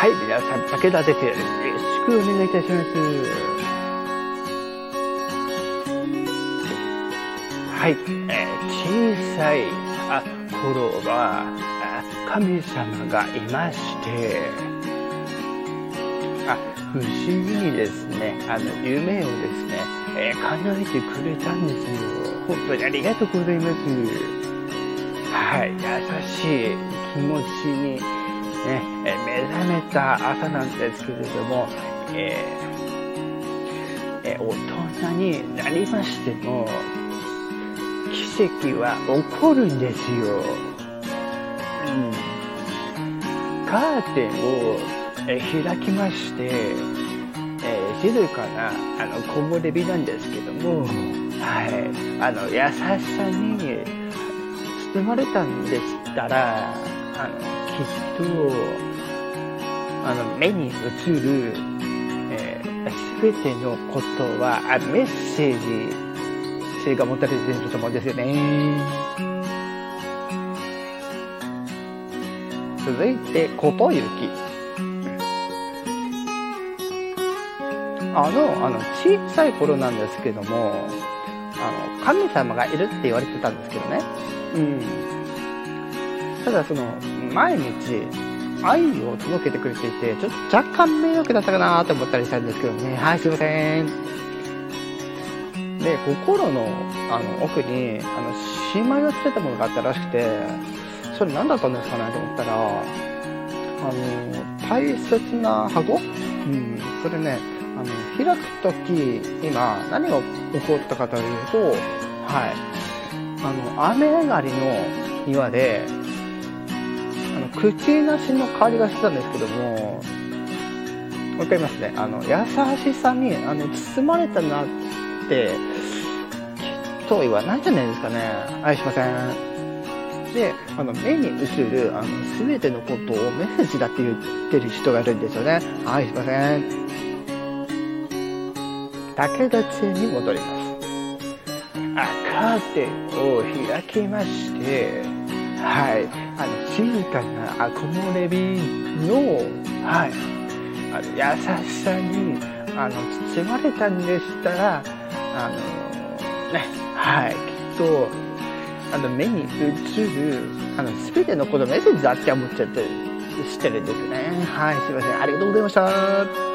はい、皆さん、武田です。よろしくお願いいたします。はい、小さい頃は神様がいまして、不思議にですね、夢をですね、叶えてくれたんですよ。本当にありがとうございます。はい、優しい気持ちに、ね、目覚めた朝なんですけれども、大人になりましても、奇跡は起こるんですよ。カーテンを、開きまして、静かな木漏れ日なんですけども、はい、優しさに包まれたんでしたら、きっと目に映る、全てのことはメッセージ性が持たれていると思うんですよね。続いてことゆき。小さい頃なんですけども、神様がいるって言われてたんですけどね。ただ毎日愛を届けてくれていて、ちょっと若干迷惑だったかなと思ったりしたんですけどね。はい、すいません。で、心の奥にしまいをつけたものがあったらしくて、それ何だったんですかねと思ったら、大切な箱？それね、開くとき、今何が起こったかというと、はい、雨上がりの庭で、口なしの香りがしてたんですけども、わかりますね。優しさに包まれたなってきっと言わないんじゃないですかね。はい、すいません。で、目に映る全てのことをメッセージだって言ってる人がいるんですよね。はい、すいません。武田知恵に戻ります。カーテンを開きまして、はい、静かな木漏れ日の、はい、優しさに包まれたんでしたら、はい、きっと目に映る全てのことメッセージだって思っちゃってしてるんですね。はい、すいません。ありがとうございました。